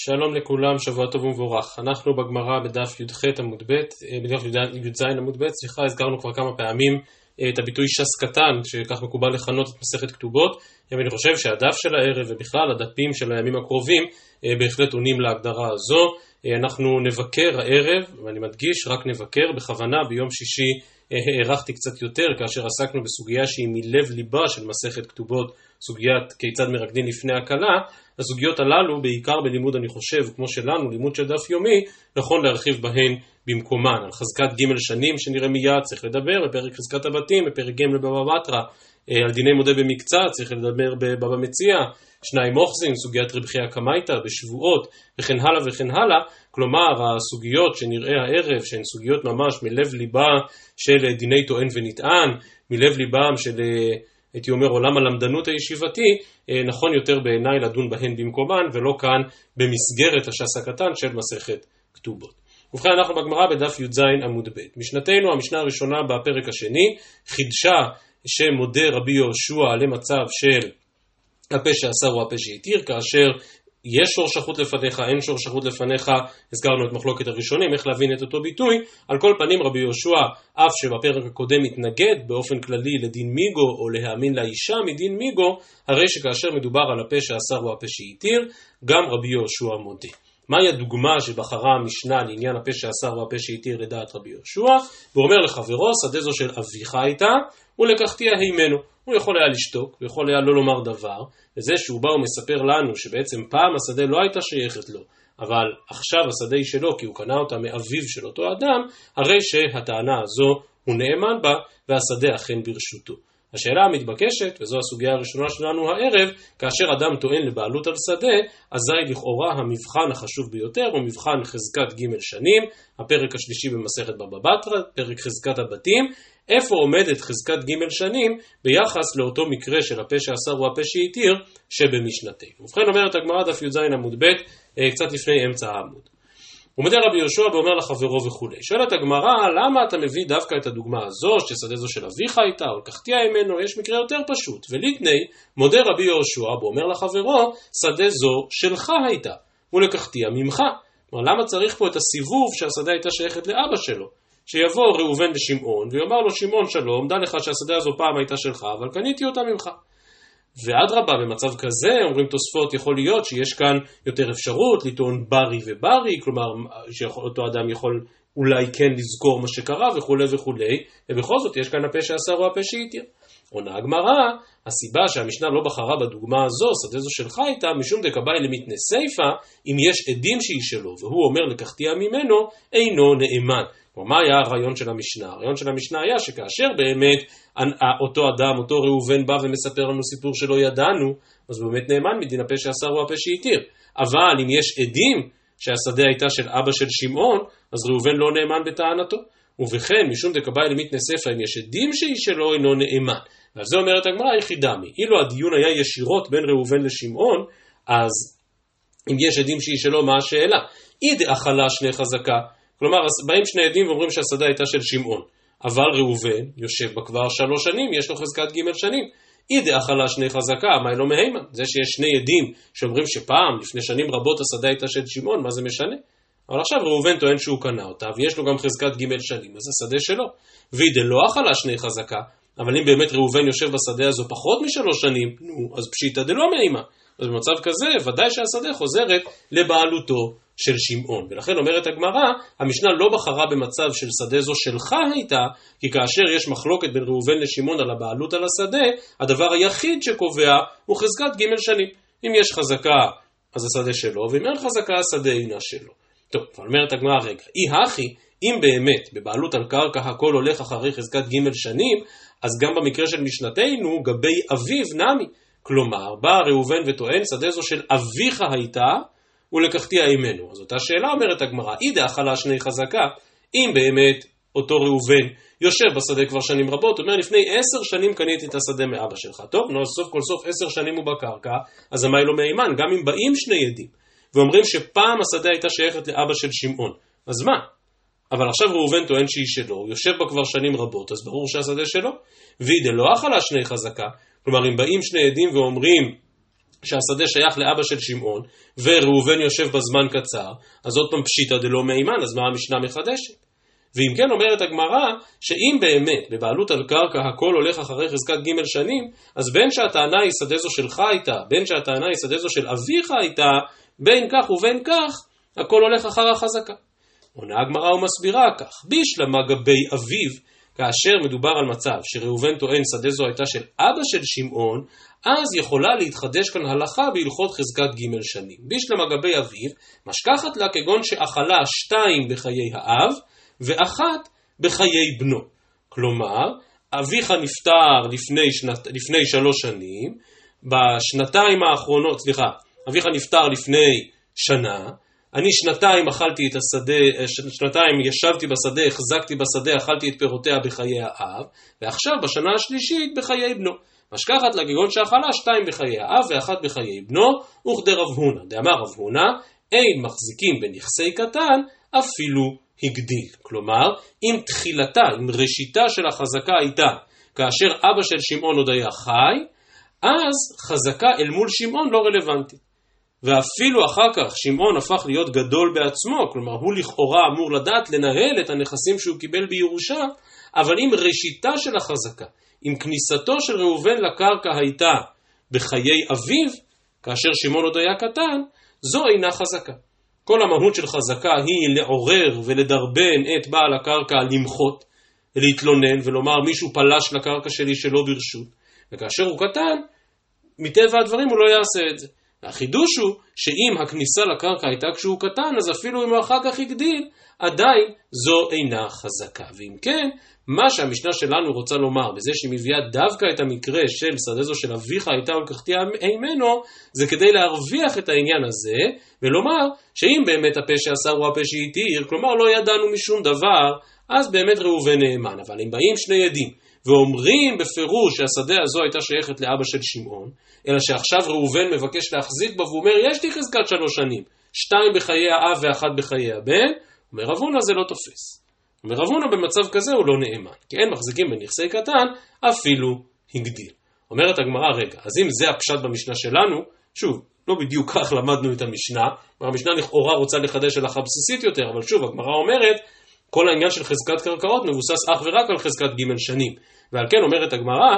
שלום לכולם, שבוע טוב ומבורך. אנחנו בגמרא בדף י"ח עמוד ב', בדף י"ז עמוד ב', הזכרנו כבר כמה פעמים את הביטוי ש"ס קטן, שכך מקובל לכנות את מסכת כתובות. אני חושב שהדף של הערב ובכלל הדפים של הימים הקרובים בהחלט עונים להגדרה הזו. אנחנו נבקר הערב, ואני מדגיש רק נבקר בכוונה. ביום שישי הערכתי קצת יותר כאשר עסקנו בסוגיה שהיא מלב ליבה של מסכת כתובות, סוגיית כיצד מרקדין לפני הקלה. הסוגיות הללו, בעיקר בלימוד אני חושב, כמו שלנו, לימוד של דף יומי, נכון להרחיב בהן במקומן. על חזקת ג' שנים שנראה מיד צריך לדבר, בפרק חזקת הבתים, בפרק ג' בבא בתרא, על דיני מודה במקצת צריך לדבר בבבא מציעא, שניים מוחזין, סוגיית רבי חייא קמייתא, בשבועות, וכן הלאה וכן הלאה. כלומר, הסוגיות שנראה הערב, שהן סוגיות ממש מלב ליבה של דיני טוען ונטען, מלב ליבם של הייתי אומר עולם הלמדנות הישיבתי, נכון יותר בעיניי לדון בהן במקומן, ולא כאן במסגרת הש"ס הקטן של מסכת כתובות. ובכן, אנחנו בגמרא בדף י"ז עמוד ב'. משנתנו, המשנה הראשונה בפרק השני, חידשה שמודה רבי יהושע למצב של הפה שאסר הוא הפה שהתיר, כאשר יש שור שחוט לפניך, אין שור שחוט לפניך. הזכרנו את מחלוקת הראשונים, איך להבין את אותו ביטוי. על כל פנים רבי יהושע, אף שבפרק הקודם התנגד באופן כללי לדין מיגו או להאמין לאישה מדין מיגו, הרי שכאשר מדובר על הפה שאסר הוא הפה שהתיר, גם רבי יהושע מודה. מהי הדוגמה שבחרה המשנה לעניין הפה שאסר הוא הפה שהתיר לדעת רבי יהושע? הוא אומר לחברו, שדה זו של אביך הייתה ולקחתיה הימנו. הוא יכול היה לשתוק, הוא יכול היה לא לומר דבר, וזה שהוא בא ומספר לנו שבעצם פעם השדה לא הייתה שייכת לו, אבל עכשיו השדה היא שלו כי הוא קנה אותה מאביו של אותו אדם, הרי שהטענה הזו הוא נאמן בה והשדה אכן ברשותו. השאלה המתבקשת, וזו הסוגיה הראשונה שלנו הערב, כאשר אדם טוען לבעלות על שדה, אזי לכאורה המבחן החשוב ביותר הוא מבחן חזקת ג' שנים, הפרק השלישי במסכת בבא בתרא, פרק חזקת הבתים. איפה עומדת חזקת ג' שנים ביחס לאותו מקרה של הפה שאסר הוא הפה שהתיר שבמשנתנו? ובכן, אומרת הגמרא דף י"ז עמוד ב', קצת לפני אמצע העמוד. ומודה רבי יהושע ואומר לחברו וכו'. שואלת הגמרא, למה אתה מביא דווקא את הדוגמה הזו, ששדה זו של אביך הייתה, או לקחתיה ממנו? יש מקרה יותר פשוט. וליתני, מודה רבי יהושע ואומר לחברו, שדה זו שלך הייתה, ולקחתיה ממך. כלומר, למה צריך פה את הסיבוב שהשדה הייתה שייכת לאבא שלו? שיבוא ראובן לשמעון ויאמר לו, שמעון שלום, דע לך שהשדה הזו פעם הייתה שלך, אבל קניתי אותה ממך. ואדרבה, במצב כזה, אומרים תוספות, יכול להיות שיש כאן יותר אפשרות לטעון ברי וברי, כלומר שאותו אדם יכול אולי כן לזכור מה שקרה וכו' וכו', ובכל זאת יש כאן הפה שאסר הוא הפה שהתיר. עונה הגמרא, הסיבה שהמשנה לא בחרה בדוגמה הזו, שדה זו שלך הייתה, משום דקבאי למתנה סיפא, אם יש עדים שהיא שלו, והוא אומר לקחתיה ממנו, אינו נאמן. מה היה הרעיון של המשנה? הרעיון של המשנה היה שכאשר באמת אותו אדם, אותו ראובן בא ומספר לנו סיפור שלא ידענו, אז באמת נאמן מדין הפה שאסר הוא הפה שהתיר. אבל אם יש עדים שהשדה הייתה של אבא של שמעון, אז ראובן לא נאמן בטענתו. ובכן, משום דקבאי למתנה סיפא, אם יש עדים שהיא שלו, אינו נאמן. ועל זה אומרת הגמרא, יחידמי. אילו הדיון היה ישירות בין ראובן לשמעון, אז אם יש עדים שהיא שלו, מה השאלה? איד אכלה שני חזקה. כלומר, באים שני עדים ואומרים שהשדה הייתה של שמעון. אבל ראובן יושב בה כבר 3 שנים, יש לו חזקת ג' שנים. איד אכלה שני חזקה, מה לא מהימן? זה שיש שני עדים שאומרים שפעם, לפני שנים רבות, השדה הייתה של שמעון, מה זה משנה? אבל עכשיו ראובן טוען שהוא קנה אותה, ויש לו גם חזקת ג' שנים, אז השדה שלו. ואיד לא אכלה שני חזקה, אבל אם באמת ראובן יושב בשדה הזו פחות מ3 שנים, אז פשיטא דלא מהימן. אז במצב כזה, ודאי שהשדה חוזרת לבעלותו של שמעון. ולכן אומרת הגמרא, המשנה לא בחרה במצב של שדה זו שלך הייתה, כי כאשר יש מחלוקת בין ראובן לשמעון על הבעלות על השדה, הדבר היחיד שקובע הוא חזקת ג' שנים. אם יש חזקה, אז השדה שלו, ואם אין חזקה, השדה אינה שלו. טוב, אומרת הגמרא, רגע, אי הכי, אם באמת בבעלות על קרקע הכל הולך אחרי חזקת ג' שנים, אז גם במקרה של משנתנו, גבי אביו נמי. כלומר, בא ראובן וטוען, שדה זו של אביך הייתה, ולקחתיה ממנו. אז אותה שאלה אומרת הגמרא, אידה אכלה שני חזקה, אם באמת אותו ראובן יושב בשדה כבר שנים רבות, אומר לפני 10 שנים קניתי את השדה מאבא שלך. טוב, סוף כל סוף 10 שנים הוא בקרקע, אז מה לא מהימן? גם אם באים שני עדים, ואומרים שפעם השדה הייתה שייכת לאבא של שמעון, אז מה? אבל עכשיו ראובן טוען שהיא שלו, הוא יושב בה כבר שנים רבות, אז ברור שהשדה שלו. ואידה לא אכלה שני חזקה, כלומר אם באים שני עדים ואומרים שהשדה שייך לאבא של שמעון, וראובן יושב בזמן קצר, אז עוד פעם פשיטא דלא מהימן, אז מה המשנה מחדשת? ואם כן אומרת הגמרא, שאם באמת בבעלות על קרקע הכל הולך אחרי חזקת ג' שנים, אז בין שהטענה היא שדה זו שלך הייתה, בין שהטענה היא שדה זו של אביך הייתה, בין כך ובין כך, הכל הולך אחר החזקה. עונה הגמרא ומסבירה כך, בישלמה גבי אביו, כאשר מדובר על מצב שראובן טוען שדה זו הייתה של אבא של שמעון, אז יכולה להתחדש כאן הלכה בהלכות חזקת ג' שנים. בישלמה גבי אביו, משכחת לה כגון שאכלה 2 בחיי האב, ואחת בחיי בנו. כלומר, אביך נפטר לפני 3 שנים, בשנתיים האחרונות, אביך נפטר לפני שנה, אני 2 אכלתי את השדה, 2 ישבתי בשדה, החזקתי בשדה, אכלתי את פירותיה בחיי האב, ועכשיו בשנה השלישית בחיי בנו. משכחת לגגון שאכלה 2 בחיי האב ואחת בחיי בנו, וכדי רב הונא. דאמר רב הונא, אין מחזיקים בנכסי קטן, אפילו הגדיל. כלומר, אם תחילתה, אם ראשיתה של החזקה הייתה, כאשר אבא של שמעון עוד היה חי, אז חזקה אל מול שמעון לא רלוונטית. ואפילו אחר כך שמעון הפך להיות גדול בעצמו, כלומר הוא לכאורה אמור לדעת לנהל את הנכסים שהוא קיבל בירושה, אבל אם ראשיתה של החזקה, אם כניסתו של ראובן לקרקע הייתה בחיי אביו, כאשר שמעון עוד היה קטן, זו אינה חזקה. כל המהות של חזקה היא לעורר ולדרבן את בעל הקרקע למחות, להתלונן ולומר מישהו פלש לקרקע שלי שלא ברשות, וכאשר הוא קטן, מטבע הדברים הוא לא יעשה את זה. והחידוש הוא שאם הכניסה לקרקע הייתה כשהוא קטן, אז אפילו אם הוא אחר כך הגדיל, עדיין זו אינה חזקה. ואם כן, מה שהמשנה שלנו רוצה לומר, בזה שהיא מביאה דווקא את המקרה של שדה זו של אביך הייתה ולקחתי אימנו, זה כדי להרוויח את העניין הזה, ולומר שאם באמת הפה שעשה הוא הפה שהתיר, כלומר לא ידענו משום דבר, אז באמת ראובן נאמן. אבל אם באים 2 עדים, ואומרים בפירוש שהשדה הזו הייתה שייכת לאבא של שמעון, אלא שעכשיו ראובן מבקש להחזיק בה ואומר יש לי חזקת 3 שנים, 2 בחיי האב ואחת בחיי הבן, אומר רב הונא זה לא תופס. אומר רב הונא במצב כזה הוא לא נאמן, כי אין מחזיקים בנכסי קטן, אפילו הגדיל. אומרת הגמרא, רגע, אז אם זה הפשט במשנה שלנו, שוב, לא בדיוק כך למדנו את המשנה, המשנה לכאורה רוצה לחדש הלכה בסיסית יותר, אבל שוב, הגמרא אומרת, כל העניין של חזקת קרקעות מבוסס אך ורק על חזקת ג' שנים. ועל כן אומרת הגמרא,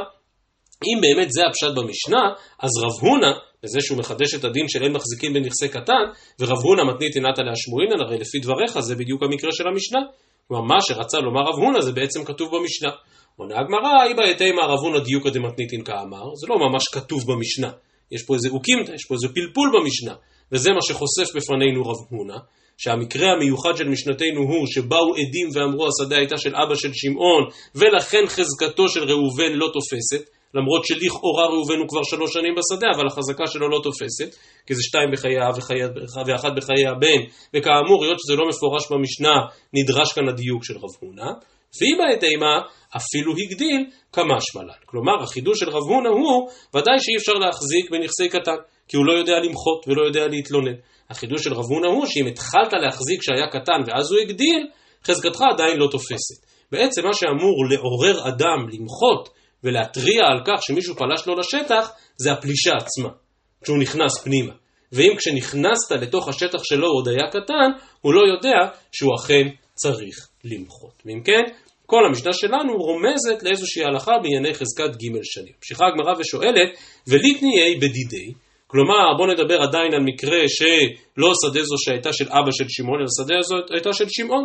אם באמת זה הפשט במשנה, אז רב הונא, בזה שהוא מחדש את הדין של אין מחזיקים בנכסי קטן, ורב הונא מתנית עינתא להשמועינן, הרי לפי דבריך זה בדיוק המקרה של המשנה. כלומר, מה שרצה לומר רב הונא זה בעצם כתוב במשנה. עונה הגמרא, איבא יתימה רב הונא דיוקא דמתניתין כאמר, זה לא ממש כתוב במשנה. יש פה איזה אוקימתא, יש פה איזה פלפול במשנה, וזה מה שחושף בפנינו רב הונא, שהמקרה המיוחד של משנתנו הוא שבאו עדים ואמרו השדה הייתה של אבא של שמעון, ולכן חזקתו של ראובן לא תופסת, למרות שלכאורה ראובן הוא כבר 3 שנים בשדה, אבל החזקה שלו לא תופסת, כי זה 2 בחיי האב ואחת בחיי הבן, וכאמור, היות שזה לא מפורש במשנה, נדרש כאן הדיוק של רב הונא, ואיבא יתימה אפילו הגדיל כמשמע לן. כלומר, החידוש של רב הונא הוא, ודאי שאי אפשר להחזיק בנכסי קטן, כי הוא לא יודע למחות ולא יודע להתלונן. החידוש של רב הונא הוא שאם התחלת להחזיק שהיה קטן ואז הוא הגדיל, חזקתך עדיין לא תופסת. בעצם מה שאמור לעורר אדם למחות ולהתריע על כך שמישהו פלש לו לשטח, זה הפלישה עצמה, כשהוא נכנס פנימה. ואם כשנכנסת לתוך השטח שלו עוד היה קטן, הוא לא יודע שהוא אכן צריך למחות. ואם כן, כל המשנה שלנו רומזת לאיזושהי הלכה בענייני חזקת ג' שנים. ממשיכה הגמרא ושואלת, וליתניי בדידי, כלומר, בוא נדבר עדיין על מקרה שלא שדה זו שהייתה של אבא של שמעון, אלא שדה זו הייתה של שמעון.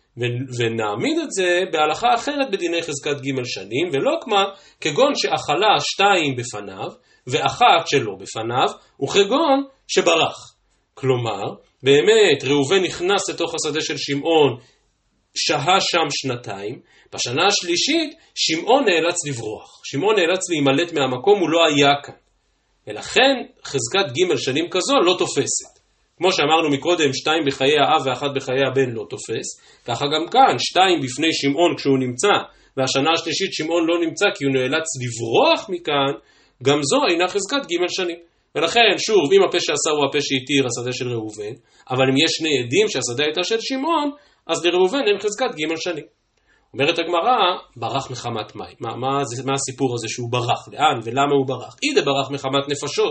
ונעמיד את זה בהלכה אחרת בדיני חזקת ג' שנים, ולא כגון שאכלה 2 בפניו, ואחת שלא בפניו, וכגון שברח. כלומר, באמת ראובן נכנס לתוך השדה של שמעון, שהה שם 2, בשנה השלישית שמעון נאלץ לברוח. שמעון נאלץ להימלט מהמקום, הוא לא היה כאן. ולכן חזקת ג' שנים כזו לא תופסת. כמו שאמרנו מקודם, 2 בחיי האב ואחת בחיי הבן לא תופס, ככה גם כאן, 2 בפני שמעון כשהוא נמצא, והשנה השלישית שמעון לא נמצא כי הוא נאלץ לברוח מכאן, גם זו אינה חזקת ג' שנים. ולכן, שוב, אם הפה שעשה הוא הפה שהתיר השדה של ראובן, אבל אם יש 2 עדים שהשדה הייתה של שמעון, אז לראובן אין חזקת ג' שנים. אומרת הגמרא, ברח מחמת מים. מה הסיפור הזה שהוא ברח? לאן ולמה הוא ברח? אידה ברח מחמת נפשות.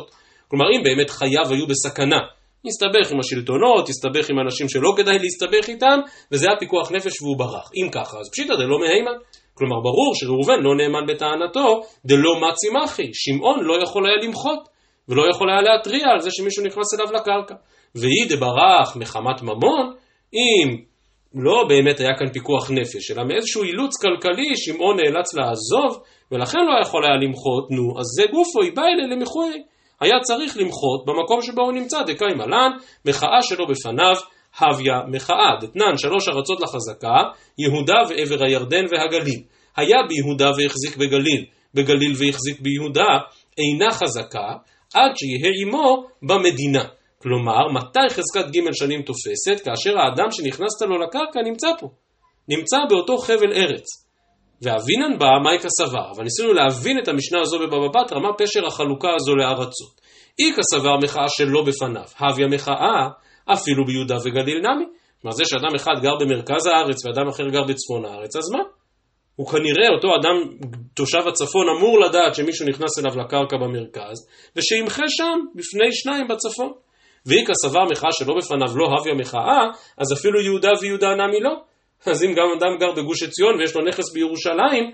כלומר, אם באמת חייו היו בסכנה, יסתבך עם השלטונות, יסתבך עם אנשים שלא כדאי להסתבך איתם, וזה היה פיקוח נפש והוא ברח. אם ככה, אז פשיטא דלא מהימן. כלומר, ברור שראובן לא נאמן בטענתו, דלא מצי מחי. שמעון לא יכול היה למחות, ולא יכול היה להתריע על זה שמישהו נכנס אליו לקרקע. והיא דברח מחמת ממון, אם לא באמת היה כאן פיקוח נפש, אלא מאיזשהו אילוץ כלכלי, שמעון נאלץ לעזוב, ולכן לא יכול היה למחות, נו, אז זה גופו, היא באה אלה למחוי. היה צריך למחות במקום שבו הוא נמצא, דקאי מלן, מחאה שלו בפניו, הוויה מחאה. דתנן 3 ארצות לחזקה, יהודה ועבר הירדן והגליל. היה ביהודה והחזיק בגליל, בגליל והחזיק ביהודה, אינה חזקה, עד שיהיה עמו במדינה. כלומר, מתי חזקת ג' שנים תופסת? כאשר האדם שנכנסת לו לקרקע נמצא פה. נמצא באותו חבל ארץ. ואבינן בה מאי כסבר. אבל ניסינו להבין את המשנה הזו בבבא בתרא, מה פשר החלוקה הזו לארצות. אי כסבר מחאה שלא בפניו. הוויה מחאה אפילו ביהודה וגליל נמי. מה זה שאדם אחד גר במרכז הארץ ואדם אחר גר בצפון הארץ, אז מה? הוא כנראה, אותו אדם תושב הצפון אמור לדעת שמישהו נכנס אליו לקרקע במרכז, ושימחה שם בפני 2 בצפון. ואי כסבר מחאה שלא בפניו לא הוויה מחאה, אז אפילו יהודה ויהודה נמי לא. אז אם גם אדם גר בגוש עציון ויש לו נכס בירושלים,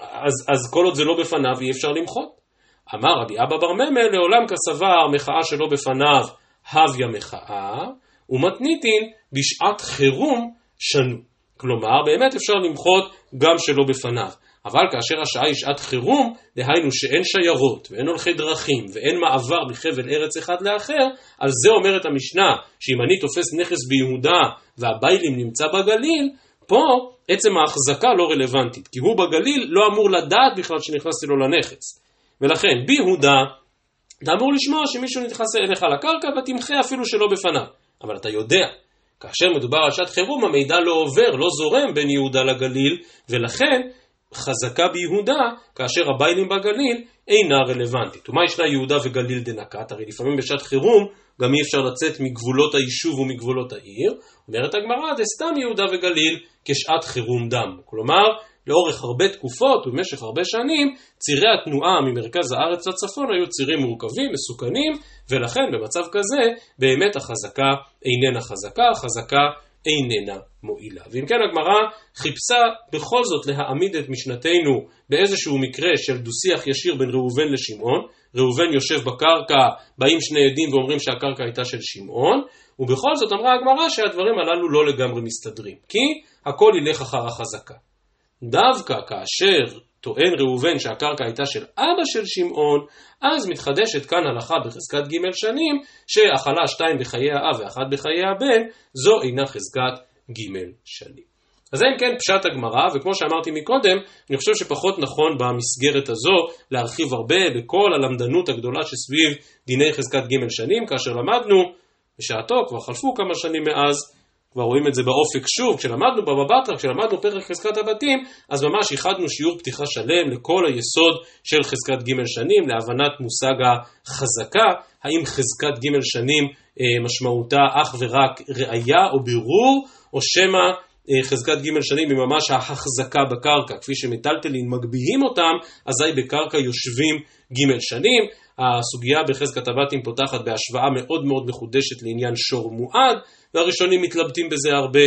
אז כל עוד זה לא בפניו אי אפשר למחות. אמר רבי אבא בר ממה, לעולם כסבר מחאה שלא בפניו הוויה מחאה, ומתניתין בשעת חירום שנו. כלומר, באמת אפשר למחות גם שלא בפניו. אבל כאשר השעה היא שעת חירום, דהיינו שאין שיירות ואין הולכי דרכים ואין מעבר בחבל ארץ אחד לאחר, על זה אומרת המשנה שאם אני תופס נכס ביהודה והביילים נמצא בגליל, פה עצם ההחזקה לא רלוונטית, כי הוא בגליל לא אמור לדעת בכלל שנכנסתי לו לנכס. ולכן ביהודה אתה אמור לשמוע שמישהו נכנס אליך לקרקע ותמחה אפילו שלא בפניו. אבל אתה יודע, כאשר מדובר על שעת חירום המידע לא עובר, לא זורם בין יהודה לגליל, ולכן חזקה ביהודה כאשר הביילים בגליל אינה רלוונטית. ומה ישנה יהודה וגליל דנקת? הרי לפעמים בשעת חירום גם אי אפשר לצאת מגבולות היישוב ומגבולות העיר. אומרת הגמרא, דסתם יהודה וגליל כשעת חירום דם. כלומר, לאורך הרבה תקופות ובמשך הרבה שנים, צירי התנועה ממרכז הארץ לצפון היו צירים מורכבים, מסוכנים, ולכן במצב כזה באמת החזקה איננה חזקה, החזקה איננה מועילה. ואם כן הגמרא חיפשה בכל זאת להעמיד את משנתנו באיזשהו מקרה של דו-שיח ישיר בין ראובן לשמעון. ראובן יושב בקרקע, באים 2 עדים ואומרים שהקרקע הייתה של שמעון, ובכל זאת אמרה הגמרא שהדברים הללו לא לגמרי מסתדרים, כי הכל ילך אחר החזקה. דווקא כאשר טוען ראובן שהקרקע הייתה של אבא של שמעון, אז מתחדשת כאן הלכה בחזקת ג' שנים, שאכלה 2 בחיי האב ו1 בחיי הבן, זו אינה חזקת ג' שנים. אז אם כן פשט הגמרא, וכמו שאמרתי מקודם, אני חושב שפחות נכון במסגרת הזו להרחיב הרבה בכל הלמדנות הגדולה שסביב דיני חזקת ג' שנים, כאשר למדנו בשעתו, כבר חלפו כמה שנים מאז, כבר רואים את זה באופק שוב, כשלמדנו בבבא בתרא, כשלמדנו פרק חזקת הבתים, אז ממש ייחדנו שיעור פתיחה שלם לכל היסוד של חזקת ג' שנים, להבנת מושג החזקה, האם חזקת ג' שנים משמעותה אך ורק ראיה או בירור, או שמה חזקת ג' שנים היא ממש ההחזקה בקרקע, כפי שמטלטלין מגביהים אותם, אזי בקרקע יושבים ג' שנים. הסוגיה בחזקת הבתים פותחת בהשוואה מאוד מאוד מחודשת לעניין שור מועד, והראשונים מתלבטים בזה הרבה,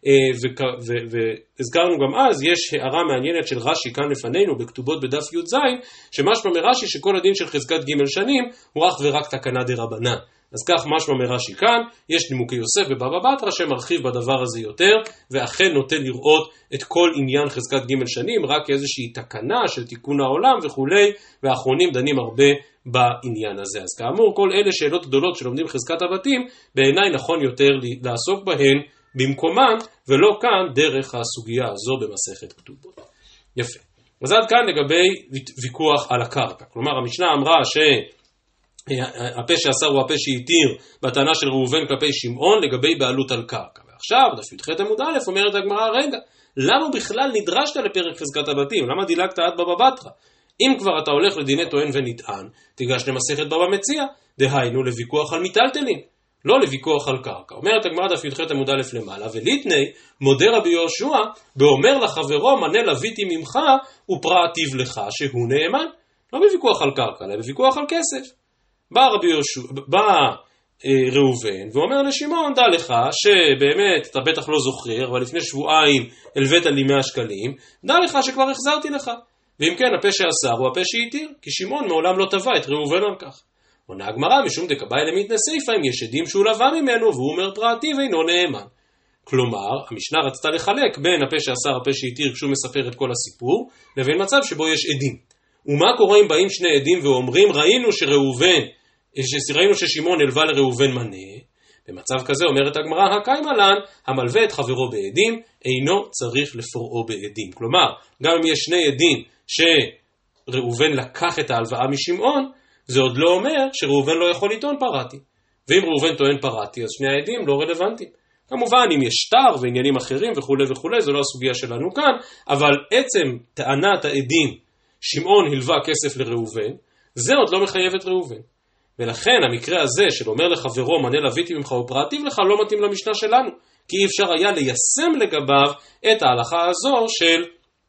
והזכרנו גם אז, יש הערה מעניינת של רש"י כאן לפנינו בכתובות בדף י"ז, שמשמע מרש"י שכל הדין של חזקת ג' שנים הוא אך ורק תקנה דרבנן. אז כך משמע מרש"י כאן, יש נימוקי יוסף בבבא בתרא שמרחיב בדבר הזה יותר, ואכן נוטה לראות את כל עניין חזקת ג' שנים רק כאיזושהי תקנה של תיקון העולם וכולי, והאחרונים דנים הרבה בעניין הזה. אז כאמור, כל אלה שאלות גדולות שלומדים חזקת הבתים, בעיניי נכון יותר לעסוק בהן במקומן, ולא כאן דרך הסוגיה הזו במסכת כתובות. יפה. אז עד כאן לגבי ויכוח על הקרקע. כלומר, המשנה אמרה שהפה שאסר הוא הפה שהתיר בטענה של ראובן כלפי שמעון לגבי בעלות על קרקע. ועכשיו, דף י"ח עמוד א' אומרת הגמרא, רגע, למה בכלל נדרשת לפרק חזקת הבתים? למה דילגת עד בבא בתרא? אם כבר אתה הולך לדיני טוען ונטען, תיגש למסכת בבא מציעא, דהיינו לוויכוח על מיטלטלין, לא לוויכוח על קרקע. אומרת הגמרא דף י"ח עמוד א' למעלה, וליתני מודה רבי יהושע באומר לחברו מנה לוויתי ממך ופרעתיו לך שהוא נאמן. לא בוויכוח על קרקע, אלא בוויכוח על כסף. בא ראובן ואומר לשמעון, דע לך שבאמת אתה בטח לא זוכר, אבל לפני שבועיים הלווית לי 100 שקלים, דע לך שכבר החזרתי לך. ואם כן, הפה שאסר הוא הפה שהתיר, כי שמעון מעולם לא תבע את ראובן על כך. עונה הגמרא, משום דקבאי למתנא סייפא, אם יש עדים שהוא לווה ממנו והוא אומר פרעתי ואינו נאמן. כלומר, המשנה רצתה לחלק בין הפה שאסר הפה שהתיר כשהוא מספר את כל הסיפור, לבין מצב שבו יש עדים. ומה קורה אם באים שני עדים ואומרים, ראינו ששמעון הלווה לראובן מנה? במצב כזה אומרת הגמרא, הקיימא לן, המלווה את חברו בעדים, אינו צריך לפורעו בעדים. כלומר, גם אם יש שני עדים שראובן לקח את ההלוואה משמעון, זה עוד לא אומר שראובן לא יכול לטעון פרעתי. ואם ראובן טוען פרעתי, אז שני העדים לא רלוונטיים. כמובן, אם יש שטר ועניינים אחרים וכו' וכו', זו לא הסוגיה שלנו כאן, אבל עצם טענת העדים, שמעון הלווה כסף לראובן, זה עוד לא מחייב את ראובן. ולכן המקרה הזה של אומר לחברו, מנה לוויתי ממך ופרעתיו לך, לא מתאים למשנה שלנו, כי אי אפשר היה ליישם לגביו את ההלכה הזו של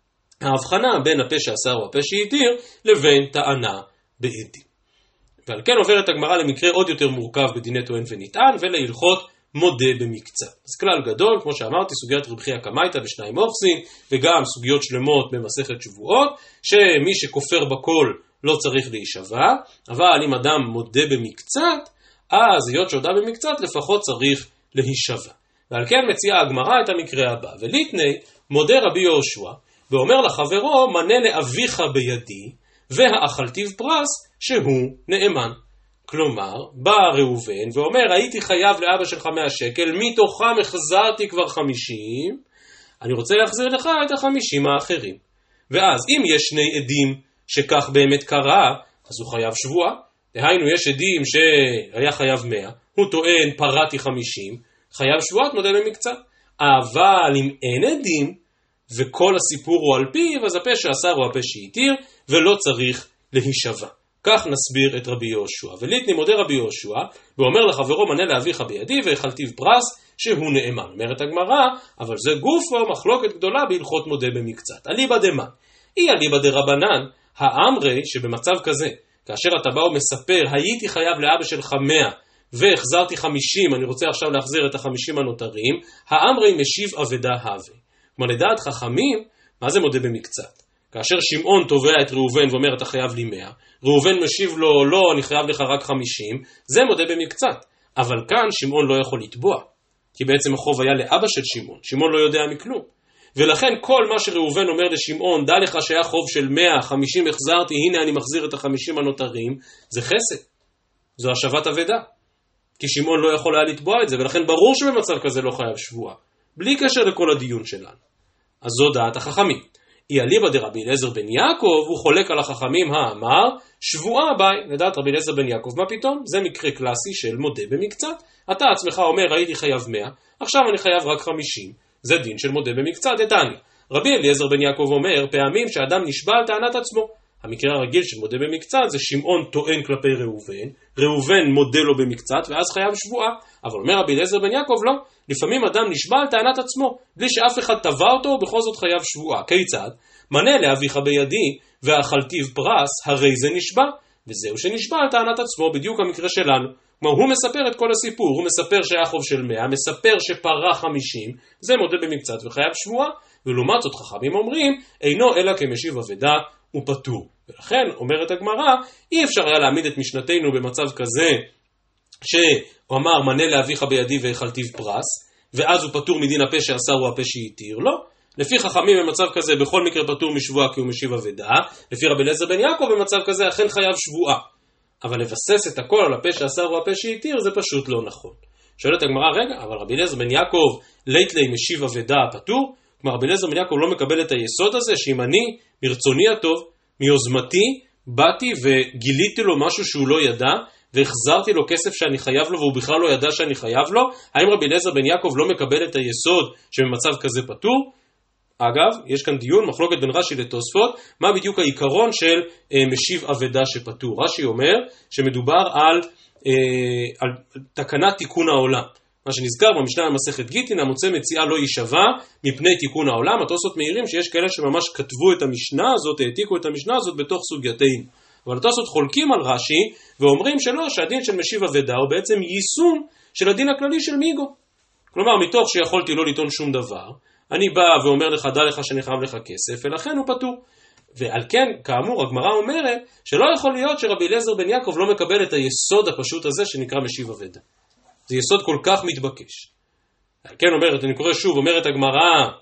ההבחנה בין הפה שאסר או הפה שהתיר, לבין טענה בעדים. ועל כן עוברת הגמרא למקרה עוד יותר מורכב בדיני טוען ונטען, ולהלכות מודה במקצת. אז כלל גדול, כמו שאמרתי, סוגיית רבי חייא קמייתא בשניים אוכסין, וגם סוגיות שלמות במסכת שבועות, שמי שכופר בכל לא צריך להישבע, אבל אם אדם מודה במקצת, אז היות שהודה במקצת לפחות צריך להישבע. ועל כן מציעה הגמרא את המקרה הבא, וליתני מודה רבי יהושע, ואומר לחברו, מנה לאביך בידי, והאכלתיו פרס שהוא נאמן. כלומר, בא ראובן ואומר, הייתי חייב לאבא שלך 100 שקל, מתוכם החזרתי כבר 50, אני רוצה להחזיר לך את 50 האחרים. ואז אם יש שני עדים שכך באמת קרה, אז הוא חייב שבועה. דהיינו, יש עדים שהיה חייב 100, הוא טוען פרעתי 50, חייב שבועת מודה במקצת. אבל אם אין עדים, וכל הסיפור הוא על פיו, אז הפה שאסר הוא הפה שהתיר, ולא צריך להישבע. כך נסביר את רבי יהושע. וליתני מודה רבי יהושע, ואומר לחברו מנה לאביך בידי, והאכלתיו פרס שהוא נאמן. אומרת הגמרא, אבל זה גופו מחלוקת גדולה בהלכות מודה במקצת. אליבא דמן. אליבא דרבנן, האמרי שבמצב כזה, כאשר אתה בא ומספר, הייתי חייב לאבא שלך 100, והחזרתי 50, אני רוצה עכשיו להחזיר את 50 הנותרים, האמרי משיב אבדה הווה. כלומר, לדעת חכמים, מה זה מודה במקצת? כאשר שמעון תובע את ראובן ואומר, אתה חייב לי 100, ראובן משיב לו, לא, אני חייב לך רק 50, זה מודה במקצת. אבל כאן שמעון לא יכול לתבוע, כי בעצם החוב היה לאבא של שמעון, שמעון לא יודע מכלום. ולכן כל מה שראובן אומר לשמעון, דע לך שהיה חוב של 100, 50 החזרתי, הנה אני מחזיר את 50 הנותרים, זה חסד. זו השבת אבדה. כי שמעון לא יכול היה לתבוע את זה, ולכן ברור שבמצב כזה לא חייב שבועה. בלי קשר לכל הדיון שלנו. אז זו דעת החכמים. אליבא דרבי אליעזר בן יעקב, הוא חולק על החכמים האמר, שבועה ביי. לדעת רבי אליעזר בן יעקב, מה פתאום? זה מקרה קלאסי של מודה במקצת. אתה עצמך אומר, הייתי חייב 100, עכשיו אני חייב רק 50. זה דין של מודה במקצת, דתניא. רבי אליעזר בן יעקב אומר, פעמים שאדם נשבע על טענת עצמו. המקרה הרגיל של מודה במקצת זה שמעון טוען כלפי ראובן, ראובן מודה לו במקצת ואז חייב שבועה. אבל אומר רבי אליעזר בן יעקב לא, לפעמים אדם נשבע על טענת עצמו, בלי שאף אחד תבע אותו ובכל זאת חייב שבועה. כיצד? מנה לאביך בידי והאכלתיו פרס, הרי זה נשבע, וזהו שנשבע על טענת עצמו, בדיוק המקרה שלנו. כלומר, הוא מספר את כל הסיפור, הוא מספר שהיה חוב של 100, מספר שפרה 50, זה מודה במקצת וחייב שבועה, ולעומת זאת חכמים אומרים, אינו אלא כמשיב אבדה ופטור. ולכן, אומרת הגמרא, אי אפשר היה להעמיד את משנתנו במצב כזה, שהוא אמר, מנה לאביך בידי והאכלתיו פרס, ואז הוא פטור מדין הפה שאסר הוא הפה שהתיר, לא. לפי חכמים במצב כזה, בכל מקרה פטור משבועה כי הוא משיב אבדה, לפי רבי אליעזר בן יעקב במצב כזה, אכן חייב שבועה. אבל לבסס את הכל על הפה שאסר הוא הפה שהתיר, זה פשוט לא נכון. שואלת הגמרא, רגע, אבל רבי אליעזר בן יעקב ליטלי משיב אבדה פטור? כלומר, רבי אליעזר בן יעקב לא מקבל את היסוד הזה, שאם אני, מרצוני הטוב, מיוזמתי, באתי וגיליתי לו משהו שהוא לא ידע, והחזרתי לו כסף שאני חייב לו, והוא בכלל לא ידע שאני חייב לו, האם רבי אליעזר בן יעקב לא מקבל את היסוד שבמצב כזה פטור? אגב, יש כאן דיון, מחלוקת בין רש"י לתוספות, מה בדיוק העיקרון של משיב אבדה שפטור. רש"י אומר שמדובר על תקנת תיקון העולם. מה שנזכר במשנה במסכת גיטין, המוצא מציאה לא יישבע מפני תיקון העולם. התוספות מעירים שיש כאלה שממש כתבו את המשנה הזאת, העתיקו את המשנה הזאת בתוך סוגייתנו. אבל התוספות חולקים על רש"י ואומרים שלא, שהדין של משיב אבדה הוא בעצם יישום של הדין הכללי של מיגו. כלומר, מתוך שיכולתי לא לטעון שום דבר, אני בא ואומר לך, דע לך שאני חייב לך כסף, ולכן הוא פטור. ועל כן, כאמור, הגמרא אומרת שלא יכול להיות שרבי אליעזר בן יעקב לא מקבל את היסוד הפשוט הזה שנקרא משיב אבדה. זה יסוד כל כך מתבקש. על כן אומרת, אני קורא שוב, אומרת הגמרא,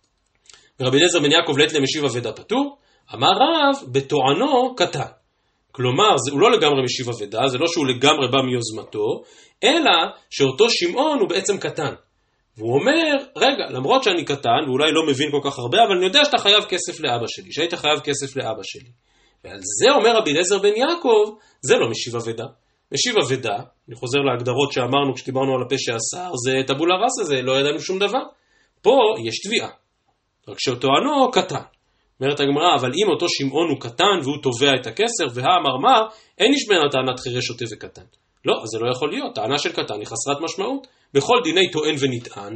רבי אליעזר בן יעקב לית למשיב אבדה פטור, אמר רב בתואנו קטן. כלומר, הוא לא לגמרי משיב אבדה, זה לא שהוא לגמרי בא מיוזמתו, אלא שאותו שמעון הוא בעצם קטן. והוא אומר, רגע, למרות שאני קטן, ואולי לא מבין כל כך הרבה, אבל אני יודע שאתה חייב כסף לאבא שלי, שהיית חייב כסף לאבא שלי. ועל זה אומר רבי אליעזר בן יעקב, זה לא משיב אבדה. משיב אבדה, אני חוזר להגדרות שאמרנו כשדיברנו על הפה שאסר, זה טבולה ראסה, זה לא ידענו שום דבר. פה יש תביעה, רק שטוענו קטן. אומרת הגמרא, אבל אם אותו שמעון הוא קטן והוא תובע את הכסר, והאמר, אין נשמע טענת חירש שוטה וקטן. לא, אז זה לא יכול להיות, טענה של קטן היא חסרת משמעות. בכל דיני טוען ונטען,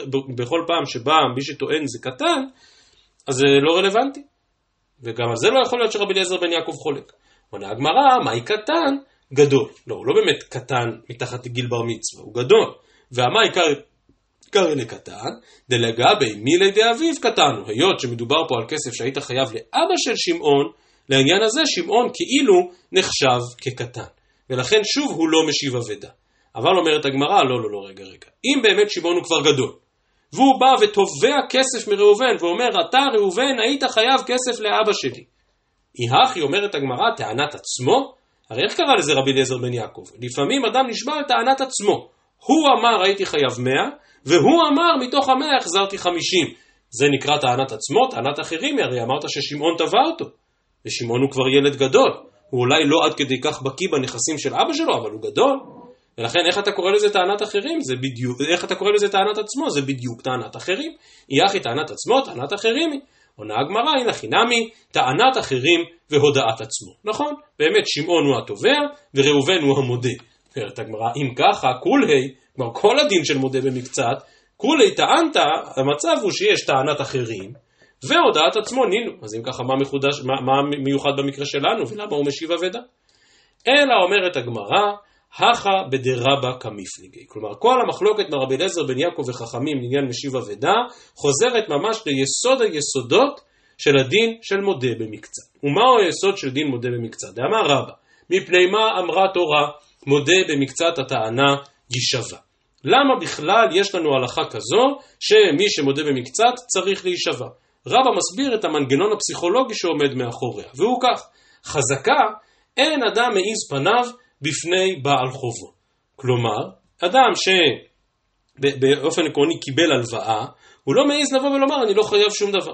בכל פעם שבא מי שטוען זה קטן, אז זה לא רלוונטי. וגם על זה לא יכול להיות שרבי אליעזר בן יעקב חולק. עונה הגמרא, מהי קטן? גדול. לא, הוא לא באמת קטן מתחת לגיל בר מצווה, הוא גדול. והמה עיקר לקטן, דלגבי מילי דאביו קטנו. היות שמדובר פה על כסף שהיית חייב לאבא של שמעון, לעניין הזה שמעון כאילו נחשב כקטן. ולכן שוב הוא לא משיב אבדה. אבל אומרת הגמרא, לא, רגע. אם באמת שמעון הוא כבר גדול, והוא בא ותובע כסף מראובן, ואומר, אתה ראובן היית חייב כסף לאבא שלי. היא אומרת הגמרא, טענת עצמו, הרי איך קרא לזה רבי אליעזר בן יעקב? לפעמים אדם נשבע על טענת עצמו. הוא אמר הייתי חייב 100, והוא אמר מתוך 100 החזרתי 50. זה נקרא טענת עצמו, טענת אחרים, הרי אמרת ששמעון תבע אותו. ושמעון הוא כבר ילד גדול. הוא אולי לא עד כדי כך בקיא בנכסים של אבא שלו, אבל הוא גדול. ולכן איך אתה קורא לזה טענת אחרים? זה בדיוק, איך אתה קורא לזה טענת עצמו? זה בדיוק טענת אחרים. יחי טענת עצמו, טענת אחרים היא. עונה הגמרא, הנה חינמי, טענת אחרים והודעת עצמו. נכון? באמת שמעון הוא התובע וראובן הוא המודה. אומרת הגמרא, אם ככה, כולי, כלומר כל הדין של מודה במקצת, כולי טענת, המצב הוא שיש טענת אחרים והודעת עצמו נינו. אז אם ככה, מה מיוחד במקרה שלנו ולמה הוא משיב אבדה? אלא אומרת הגמרא, הכה בדרבה כמפליגי. כלומר, כל המחלוקת מרבי אליעזר בן יעקב וחכמים לעניין משיב אבדה, חוזרת ממש ליסוד היסודות של הדין של מודה במקצת. ומהו היסוד של דין מודה במקצת? דאמר רבא, מפני מה אמרה תורה, מודה במקצת הטענה יישבע. למה בכלל יש לנו הלכה כזו, שמי שמודה במקצת צריך להישבע? רבא מסביר את המנגנון הפסיכולוגי שעומד מאחוריה, והוא כך, חזקה, אין אדם מעיז פניו בפני בעל חובו. כלומר, אדם שבאופן עקרוני קיבל הלוואה, הוא לא מעיז לבוא ולומר, אני לא חייב שום דבר.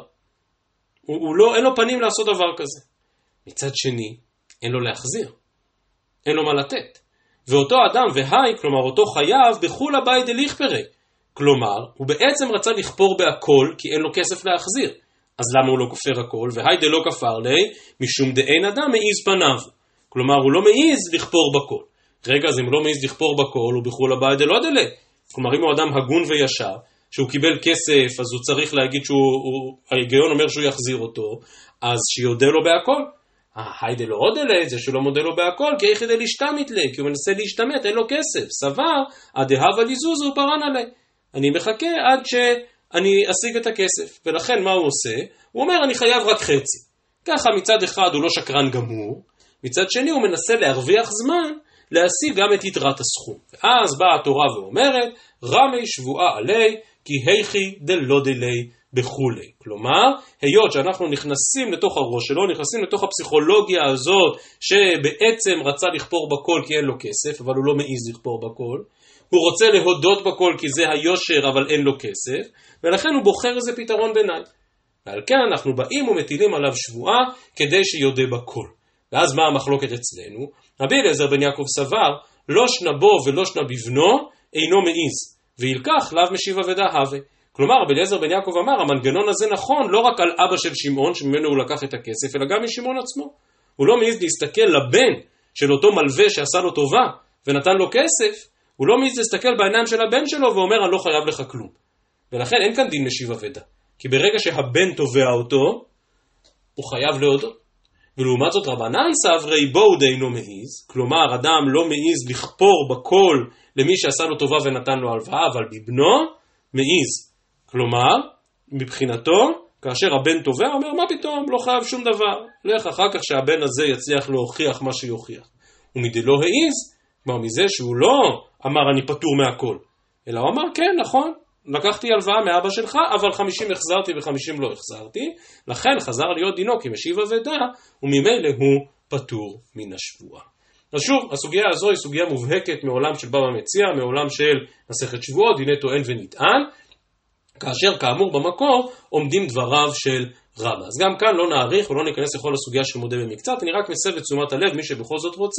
אין לו פנים לעשות דבר כזה. מצד שני, אין לו להחזיר. אין לו מה לתת. ואותו אדם והי, כלומר אותו חייב, בחול הבאי דליכפרי. כלומר, הוא בעצם רצה לכפור בהכל, כי אין לו כסף להחזיר. אז למה הוא לא כופר הכל? והי דלא כפר לי, משום דאין אדם מעיז פניו. כלומר, הוא לא מעיז לכפור בכל. רגע, אז אם לא מעיז לכפור בכל, הוא בחול הבאי דלא דלה. כלומר, אם הוא אדם הגון וישר, שהוא קיבל כסף, אז הוא צריך להגיד ההיגיון אומר שהוא יחזיר אותו, אז שיודה לו בהכל. היידה לא עוד אלה, זה שלא מודה לו בהכל, כי איך ידי להשתמת לי, כי הוא מנסה להשתמת, אין לו כסף. סבר, הדהבה ליזוז הוא פרן עלי. אני מחכה עד שאני אשיג את הכסף. ולכן מה הוא עושה? הוא אומר, אני חייב רק חצי. ככה מצד אחד הוא לא שקרן גמור, מצד שני הוא מנסה להרוויח זמן, להשיג גם את יתרת הסכום. ואז באה התורה ואומרת, רמי שבועה עלי, כי היכי דלא דלי בחולי. כלומר, היות שאנחנו נכנסים לתוך הראש שלו, נכנסים לתוך הפסיכולוגיה הזאת, שבעצם רצה לכפור בכל כי אין לו כסף, אבל הוא לא מעיז לכפור בכל, הוא רוצה להודות בכל כי זה היושר, אבל אין לו כסף, ולכן הוא בוחר איזה פתרון ביניים. ועל כן אנחנו באים ומטילים עליו שבועה, כדי שיודה בכל. ואז מה המחלוקת אצלנו? רבי אליעזר בן יעקב סבר, לא שנה בו ולא שנה בבנו, אינו מעיז, וילקח לאו משיב אבדה הווה. כלומר, רבי אליעזר בן יעקב אמר, המנגנון הזה נכון לא רק על אבא של שמעון, שממנו הוא לקח את הכסף, אלא גם משמעון עצמו. הוא לא מעיז להסתכל לבן של אותו מלווה שעשה לו טובה, ונתן לו כסף, הוא לא מעיז להסתכל בעיניים של הבן שלו, ואומר, אני לא חייב לך כלום. ולכן אין כאן דין משיב אבדה. כי ברגע שהבן תובע אותו, הוא חייב להודות. ולעומת זאת רבנן סברי בואו דאינו מעיז, כלומר אדם לא מעיז לכפור בכל למי שעשה לו טובה ונתן לו הלוואה, אבל בבנו מעיז. כלומר, מבחינתו, כאשר הבן תובע, אומר מה פתאום, לא חייב שום דבר, לך אחר כך שהבן הזה יצליח להוכיח מה שיוכיח. ומדלא העיז, כלומר מזה שהוא לא אמר אני פטור מהכל, אלא הוא אמר כן נכון, לקחתי הלוואה מאבא שלך, אבל 50 החזרתי ו50 לא החזרתי, לכן חזר להיות דינו כמשיב אבדה, וממילא הוא פטור מן השבועה. אז שוב, הסוגיה הזו היא סוגיה מובהקת מעולם של בבא מציעא, מעולם של מסכת שבועות, דיני טוען ונטען, כאשר כאמור במקור עומדים דבריו של רבא. אז גם כאן לא נאריך ולא ניכנס לכל הסוגיה של מודה במקצת, אני רק מסב את תשומת הלב, מי שבכל זאת רוצה,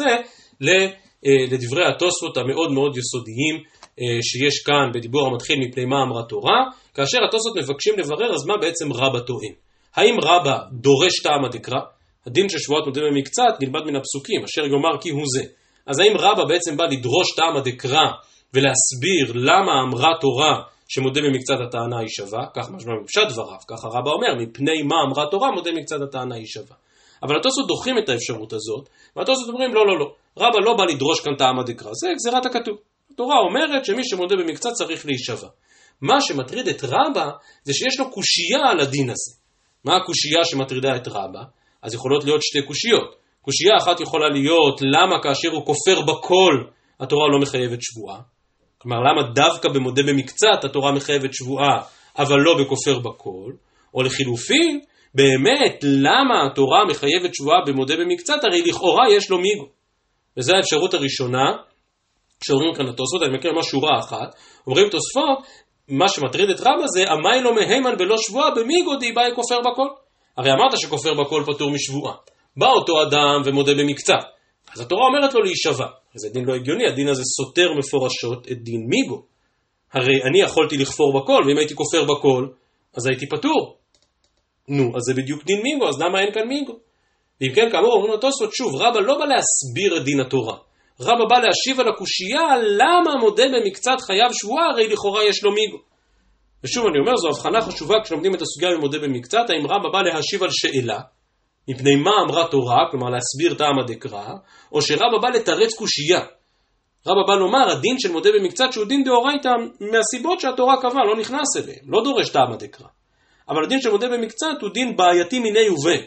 לדברי התוספות המאוד מאוד יסודיים שיש כאן בדיבור המתחיל מפני מה אמרה תורה, כאשר התוספות מבקשים לברר אז מה בעצם רבא טוען. האם רבא דורש טעמא דקרא? הדין של שבועת מודה במקצת נלמד מן הפסוקים, אשר יאמר כי הוא זה. אז האם רבא בעצם בא לדרוש טעמא דקרא ולהסביר למה אמרה תורה שמודה במקצת הטענה היא שווה? כך משמע מפשט דבריו, ככה רבא אומר, מפני מה אמרה תורה מודה במקצת הטענה היא שווה. אבל התוספות דוחים את האפשרות הזאת, והתוספות אומרים לא, רבא לא בא לדרוש כאן טעמא דקרא, זה גזירת הכתוב. התורה אומרת שמי שמודה במקצת צריך להישבע. מה שמטריד את רבא זה שיש לו קושייה על הדין הזה. מה הקושייה שמטרידה את רבא? אז יכולות להיות שתי קושיות. קושייה אחת יכולה להיות למה כאשר הוא כופר בכל התורה לא מחייבת שבועה. כלומר למה דווקא במודה במקצת התורה מחייבת שבועה אבל לא בכופר בכל. או לחילופין באמת למה התורה מחייבת שבועה במודה במקצת, הרי לכאורה יש לו מיגו. וזו האפשרות הראשונה כשאומרים כאן התוספות, אני מכיר ממש שורה אחת, אומרים תוספות, מה שמטריד את רבא זה, אמי לא מהימן בלא שבועה במיגו די באי כופר בכל. הרי אמרת שכופר בכל פטור משבועה. בא אותו אדם ומודה במקצת, אז התורה אומרת לו להישבע. זה דין לא הגיוני, הדין הזה סותר מפורשות את דין מיגו. הרי אני יכולתי לכפור בכל, ואם הייתי כופר בכל, אז הייתי פטור. נו, אז זה בדיוק דין מיגו, אז למה אין כאן מיגו? ואם כן, כאמור, אומרים התוספות, שוב, רבא לא בא להסביר את דין התורה. רבא בא להשיב על הקושייה למה מודה במקצת חייב שבועה, הרי לכאורה יש לו מיגו. ושוב אני אומר, זו הבחנה חשובה כשלומדים את הסוגיה במודה במקצת, האם רבא בא להשיב על שאלה, מפני מה אמרה תורה, כלומר להסביר טעמא דקרא, או שרבא בא לתרץ קושייה. רבא בא לומר, הדין של מודה במקצת שהוא דין דאורייתא מהסיבות שהתורה קבעה, לא נכנס אליהם, לא דורש טעמא דקרא. אבל הדין של מודה במקצת הוא דין בעייתי מיני ובין.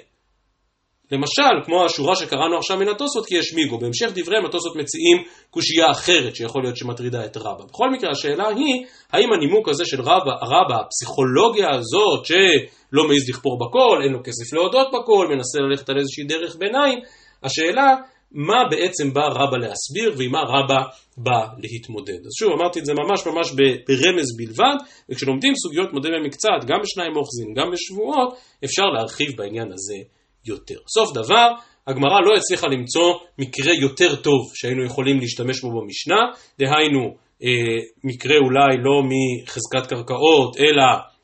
למשל, כמו השורה שקראנו עכשיו מן התוספות, כי יש מיגו. בהמשך דבריהם התוספות מציעים קושייה אחרת שיכול להיות שמטרידה את רבא. בכל מקרה השאלה היא, האם הנימוק הזה של רבא, הפסיכולוגיה הזאת שלא מעז לכפור בכל, אין לו כסף להודות בכל, מנסה ללכת על איזושהי דרך ביניים, השאלה מה בעצם בא רבא להסביר ועם מה רבא בא להתמודד. אז שוב אמרתי את זה ממש ברמז בלבד, וכשלומדים סוגיות מודה במקצת, גם בשניים אוחזין, גם בשבועות, אפשר להרחיב בעניין הזה יותר. סוף דבר, הגמרא לא הצליחה למצוא מקרה יותר טוב שהיינו יכולים להשתמש בו במשנה, דהיינו מקרה אולי לא מחזקת קרקעות, אלא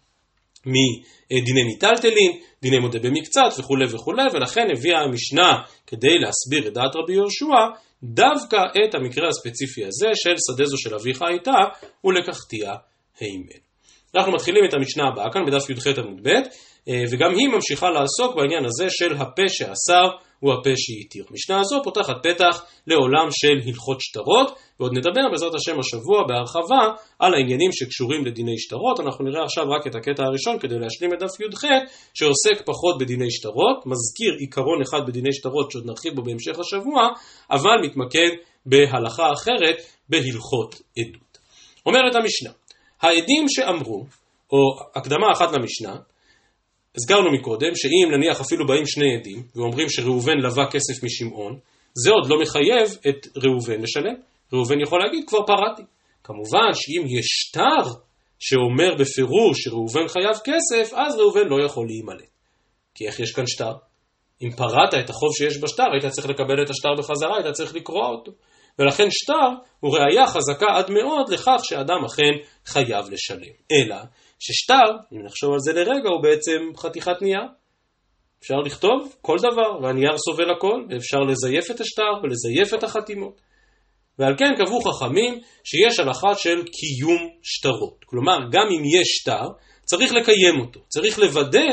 מדיני מיטלטלין, דיני מודה במקצת וכו' וכו', ולכן הביאה המשנה כדי להסביר את דעת רבי יהושע, דווקא את המקרה הספציפי הזה של שדה זו של אביך הייתה, ולקחתיה הימן. אנחנו מתחילים את המשנה הבאה כאן בדף י"ח עמוד ב', וגם היא ממשיכה לעסוק בעניין הזה של הפה שאסר הוא הפה שהתיר. המשנה הזו פותחת פתח לעולם של הלכות שטרות, ועוד נדבר בעזרת השם השבוע בהרחבה על העניינים שקשורים לדיני שטרות. אנחנו נראה עכשיו רק את הקטע הראשון כדי להשלים את דף י"ח שעוסק פחות בדיני שטרות, מזכיר עיקרון אחד בדיני שטרות שעוד נרחיב בו בהמשך השבוע, אבל מתמקד בהלכה אחרת בהלכות עדות. אומרת המשנה, העדים שאמרו, או הקדמה אחת למשנה, הזכרנו מקודם שאם נניח אפילו באים שני עדים ואומרים שראובן לווה כסף משמעון, זה עוד לא מחייב את ראובן לשלם. ראובן יכול להגיד כבר פרעתי. כמובן שאם יש שטר שאומר בפירוש שראובן חייב כסף, אז ראובן לא יכול להימלט. כי איך יש כאן שטר? אם פרעת את החוב שיש בשטר, היית צריך לקבל את השטר בחזרה, היית צריך לקרוא אותו. ולכן שטר הוא ראיה חזקה עד מאוד לכך שאדם אכן חייב לשלם. אלא ששטר, אם נחשוב על זה לרגע, הוא בעצם חתיכת נייר. אפשר לכתוב כל דבר, והנייר סובל הכל, ואפשר לזייף את השטר ולזייף את החתימות. ועל כן קבעו חכמים שיש הלכה של קיום שטרות. כלומר, גם אם יש שטר, צריך לקיים אותו. צריך לוודא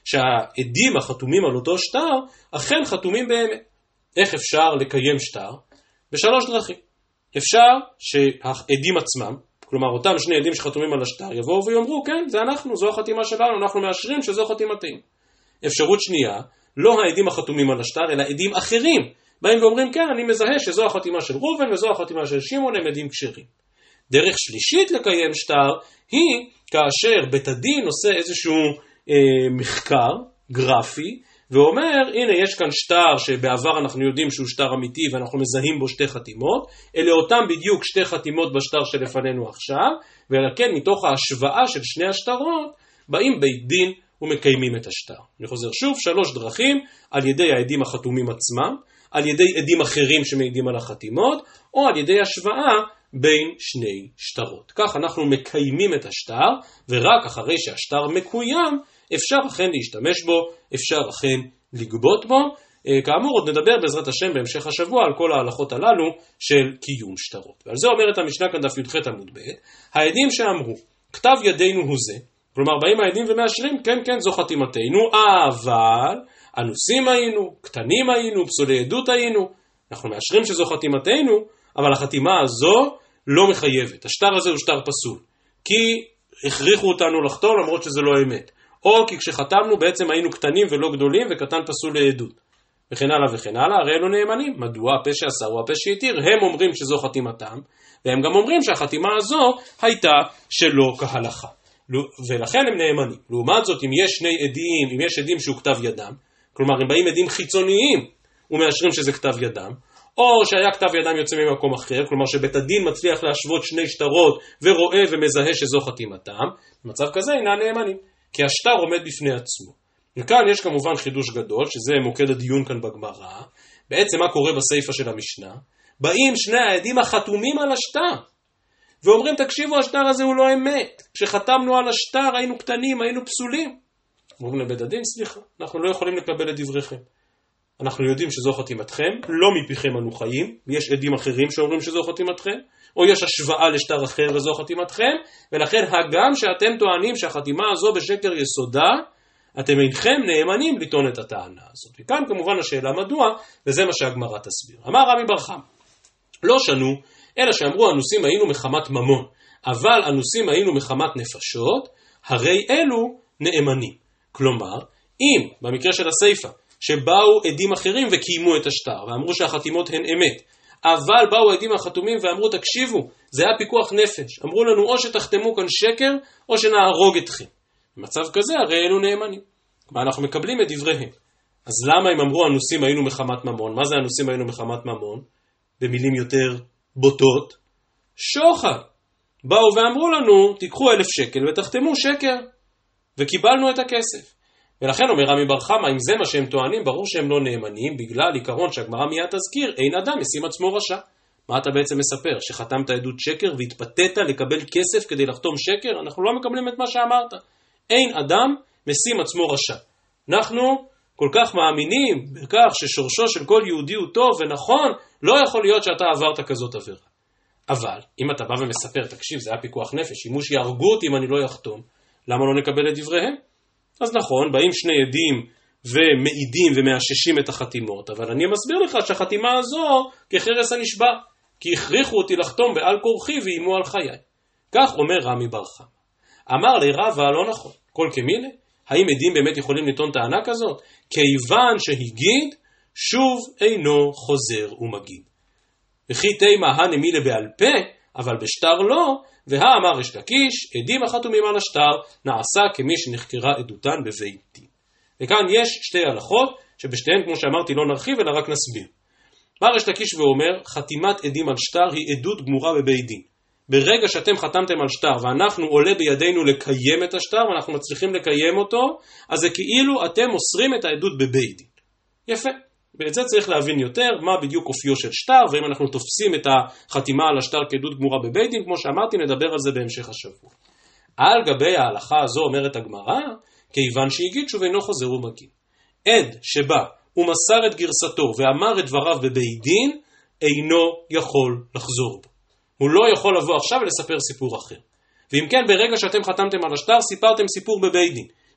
שהעדים החתומים על אותו שטר אכן חתומים באמת. איך אפשר לקיים שטר? בשלוש דרכים. אפשר שהעדים עצמם, כלומר אותם שני עדים שחתומים על השטר, יבואו ויאמרו, כן, זה אנחנו, זו החתימה שלנו, אנחנו מאשרים שזו חתימתנו. אפשרות שנייה, לא העדים החתומים על השטר, אלא עדים אחרים, באים ואומרים, כן, אני מזהה שזו החתימה של ראובן וזו החתימה של שמעון, הם עדים כשרים. דרך שלישית לקיים שטר היא כאשר בית הדין עושה איזשהו מחקר גרפי, ואומר, הנה יש כאן שטר שבעבר אנחנו יודעים שהוא שטר אמיתי ואנחנו מזהים בו שתי חתימות, אלה אותם בדיוק שתי חתימות בשטר שלפנינו עכשיו, ולכן מתוך ההשוואה של שני השטרות, באים בית דין ומקיימים את השטר. אני חוזר שוב, שלוש דרכים, על ידי העדים החתומים עצמם, על ידי עדים אחרים שמעידים על החתימות, או על ידי השוואה בין שני שטרות. כך אנחנו מקיימים את השטר, ורק אחרי שהשטר מקוים, אפשר אכן להשתמש בו, אפשר אכן לגבות בו. כאמור, עוד נדבר בעזרת השם בהמשך השבוע על כל ההלכות הללו של קיום שטרות. ועל זה אומרת המשנה כאן דף י"ח עמוד ב', העדים שאמרו, כתב ידינו הוא זה, כלומר באים העדים ומאשרים, כן כן זו חתימתנו, אבל אנוסים היינו, קטנים היינו, פסולי עדות היינו, אנחנו מאשרים שזו חתימתנו, אבל החתימה הזו לא מחייבת. השטר הזה הוא שטר פסול, כי הכריחו אותנו לחתום למרות שזה לא אמת. או כי כשחתמנו בעצם היינו קטנים ולא גדולים וקטן פסול לעדות. וכן הלאה וכן הלאה, הרי אלו נאמנים. מדוע הפה שאסר הוא הפה שהתיר? הם אומרים שזו חתימתם, והם גם אומרים שהחתימה הזו הייתה שלא כהלכה. ולכן הם נאמנים. לעומת זאת, אם יש שני עדים, אם יש עדים שהוא כתב ידם, כלומר אם באים עדים חיצוניים ומאשרים שזה כתב ידם, או שהיה כתב ידם יוצא ממקום אחר, כלומר שבית הדין מצליח להשוות שני שטרות ורואה ומזהה שזו חתימתם, במצב כזה אינה נאמנים, כי השטר עומד בפני עצמו. וכאן יש כמובן חידוש גדול, שזה מוקד הדיון כאן בגמרא. בעצם מה קורה בסייפה של המשנה? באים שני העדים החתומים על השטר, ואומרים תקשיבו, השטר הזה הוא לא אמת, כשחתמנו על השטר היינו קטנים, היינו פסולים. אומרים לבית הדין, סליחה, אנחנו לא יכולים לקבל את דבריכם. אנחנו יודעים שזו חתימתכם, לא מפיכם אנו חיים, יש עדים אחרים שאומרים שזו חתימתכם, או יש השוואה לשטר אחר וזו חתימתכם, ולכן הגם שאתם טוענים שהחתימה הזו בשקר יסודה, אתם אינכם נאמנים לטעון את הטענה הזאת. וכאן כמובן השאלה מדוע, וזה מה שהגמרא תסביר. אמר רבי בר חמא, לא שנו, אלא שאמרו אנוסים היינו מחמת ממון, אבל אנוסים היינו מחמת נפשות, הרי אלו נאמנים. כלומר, אם במקרה של הסייפה, שבאו עדים אחרים וקיימו את השטר, ואמרו שהחתימות הן אמת, אבל באו העדים החתומים ואמרו תקשיבו, זה היה פיקוח נפש, אמרו לנו או שתחתמו כאן שקר, או שנהרוג אתכם. במצב כזה הרי אלו נאמנים. אנחנו מקבלים את דבריהם. אז למה הם אמרו אנוסים היינו מחמת ממון? מה זה אנוסים היינו מחמת ממון? במילים יותר בוטות, שוחד. באו ואמרו לנו תיקחו 1,000 שקל ותחתמו שקר, וקיבלנו את הכסף. ולכן אומר רבי בר חמא, אם זה מה שהם טוענים, ברור שהם לא נאמנים, בגלל עיקרון שהגמרא מיד תזכיר, אין אדם משים עצמו רשע. מה אתה בעצם מספר? שחתמת עדות שקר והתפתית לקבל כסף כדי לחתום שקר? אנחנו לא מקבלים את מה שאמרת. אין אדם משים עצמו רשע. אנחנו כל כך מאמינים בכך ששורשו של כל יהודי הוא טוב ונכון, לא יכול להיות שאתה עברת כזאת עבירה. אבל אם אתה בא ומספר, תקשיב, זה היה פיקוח נפש, שימוש יהרגו אותי אם אני לא יחתום, למה לא נקבל את דבריהם? אז נכון, באים שני עדים ומעידים ומאששים את החתימות, אבל אני מסביר לך שהחתימה הזו כחרס הנשבע, כי הכריחו אותי לחתום בעל כורחי ואימו על חיי. כך אומר רמי בר חמא. אמר לי רבא לא נכון, כל כמיני, האם עדים באמת יכולים לטעון טענה כזאת? כיוון שהגיד, שוב אינו חוזר ומגיד. וכי תימה הנמילה בעל פה, אבל בשטר לא, והאמר יש לקיש, עדים החתומים על השטר, נעשה כמי שנחקרה עדותן בבית דין. וכאן יש שתי הלכות, שבשתיהן כמו שאמרתי לא נרחיב אלא רק נסביר. מר יש לקיש ואומר, חתימת עדים על שטר היא עדות גמורה בבית דין. ברגע שאתם חתמתם על שטר ואנחנו עולה בידינו לקיים את השטר ואנחנו מצליחים לקיים אותו, אז זה כאילו אתם מוסרים את העדות בבית דין. יפה. ואת זה צריך להבין יותר, מה בדיוק אופיו של שטר, ואם אנחנו תופסים את החתימה על השטר כעדות גמורה בבית דין, כמו שאמרתי, נדבר על זה בהמשך השבוע. על גבי ההלכה הזו אומרת הגמרא, כיוון שהגיד שוב אינו חוזר ומגיד. עד שבא ומסר את גרסתו ואמר את דבריו בבית דין, אינו יכול לחזור בו. הוא לא יכול לבוא עכשיו ולספר סיפור אחר. ואם כן, ברגע שאתם חתמתם על השטר, סיפרתם סיפור בבית דין.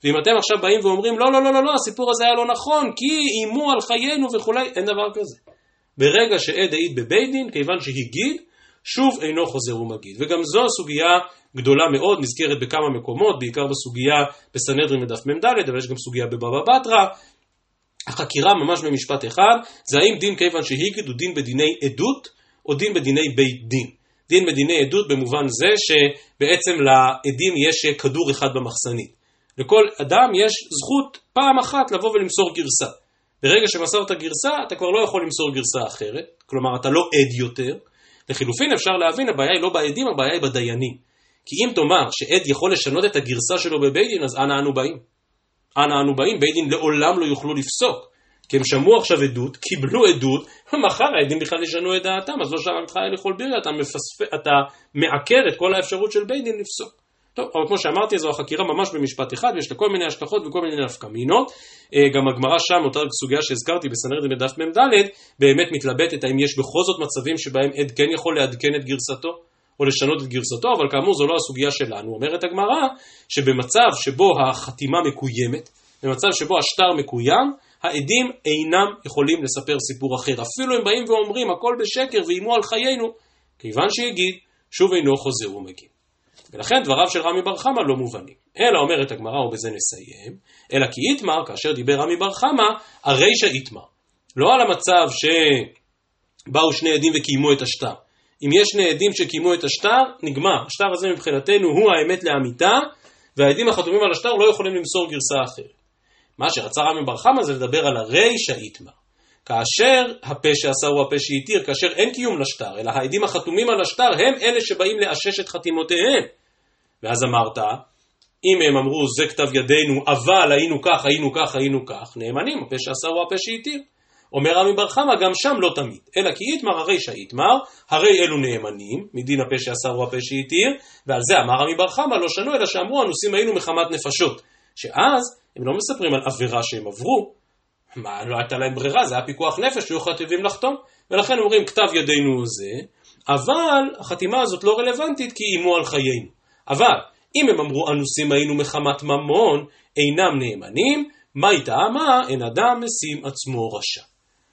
ואם אתם עכשיו באים ואומרים, לא, לא, לא, לא, לא, הסיפור הזה היה לא נכון, כי אימו על חיינו וכולי, אין דבר כזה. ברגע שעד העיד בבית דין, כיוון שהגיד, שוב אינו חוזר ומגיד. וגם זו סוגיה גדולה מאוד, נזכרת בכמה מקומות, בעיקר בסוגיה בסנהדרין ודף מ"ד, אבל יש גם סוגיה בבבא בתרא. החקירה ממש במשפט אחד, זה האם דין כיוון שהגיד הוא דין בדיני עדות, או דין בדיני בית דין. דין בדיני עדות במובן זה שבעצם לעדים יש כדור אחד במחסנית. לכל אדם יש זכות פעם אחת לבוא ולמסור גרסה. ברגע שמסרת גרסה, אתה כבר לא יכול למסור גרסה אחרת, כלומר אתה לא עד יותר. לחילופין אפשר להבין, הבעיה היא לא בעדים, הבעיה היא בדיינים. כי אם תאמר שעד יכול לשנות את הגרסה שלו בבית דין, אז אנה אנו באים? אנה אנו באים? בית דין לעולם לא יוכלו לפסוק. כי הם שמעו עכשיו עדות, קיבלו עדות, ומחר העדים בכלל ישנו את דעתם, אז לא שאלתך לכל בירה, אתה מעקר את כל האפשרות של בית דין לפסוק. טוב, אבל כמו שאמרתי, זו החקירה ממש במשפט אחד, ויש לה כל מיני השלכות וכל מיני נפקמינות. גם הגמרא שם, אותה סוגיה שהזכרתי בסנהדרין בדף מ"ד, באמת מתלבטת האם יש בכל זאת מצבים שבהם עד כן יכול לעדכן את גרסתו, או לשנות את גרסתו, אבל כאמור זו לא הסוגיה שלנו. אומרת הגמרא שבמצב שבו החתימה מקוימת, במצב שבו השטר מקוים, העדים אינם יכולים לספר סיפור אחר. אפילו הם באים ואומרים הכל בשקר ואימו על חיינו, כיוון שהגיד, שוב אינו חוזר ומגיד. ולכן דבריו של רמי בר חמא לא מובנים. אלא אומרת הגמרא, ובזה נסיים, אלא כי איתמר, כאשר דיבר רמי בר חמא, הרישא איתמר. לא על המצב שבאו שני עדים וקיימו את השטר. אם יש שני עדים שקיימו את השטר, נגמר. השטר הזה מבחינתנו הוא האמת לאמיתה, והעדים החתומים על השטר לא יכולים למסור גרסה אחרת. מה שרצה רמי בר חמא זה לדבר על הרישא איתמר. כאשר הפה שעשה הוא הפה שהתיר, כאשר אין קיום לשטר, אלא העדים החתומים על השטר הם אלה שבאים לאשש את חתימותיהם. ואז אמרת, אם הם אמרו זה כתב ידינו, אבל היינו כך, היינו כך, היינו כך, נאמנים, הפה שעשה הוא הפה שהתיר. אומר רמי בר חמא, גם שם לא תמיד, אלא כי איתמר הרישא איתמר, הרי אלו נאמנים, מדין הפה שעשה הוא הפה שהתיר, ועל זה אמר רמי בר חמא, לא שנו, אלא שאמרו הנושאים היינו מחמת נפשות, שאז הם לא מספרים על עבירה שהם עברו, מה, לא הייתה להם ברירה, זה היה פיקוח נפש שהיו חייבים לחתום, ולכן אומרים כתב ידינו זה, אבל החתימה הזאת לא רלוונטית כי אימו על חיינו. אבל אם הם אמרו אנוסים היינו מחמת ממון, אינם נאמנים, מה טעמה? אין אדם משים עצמו רשע.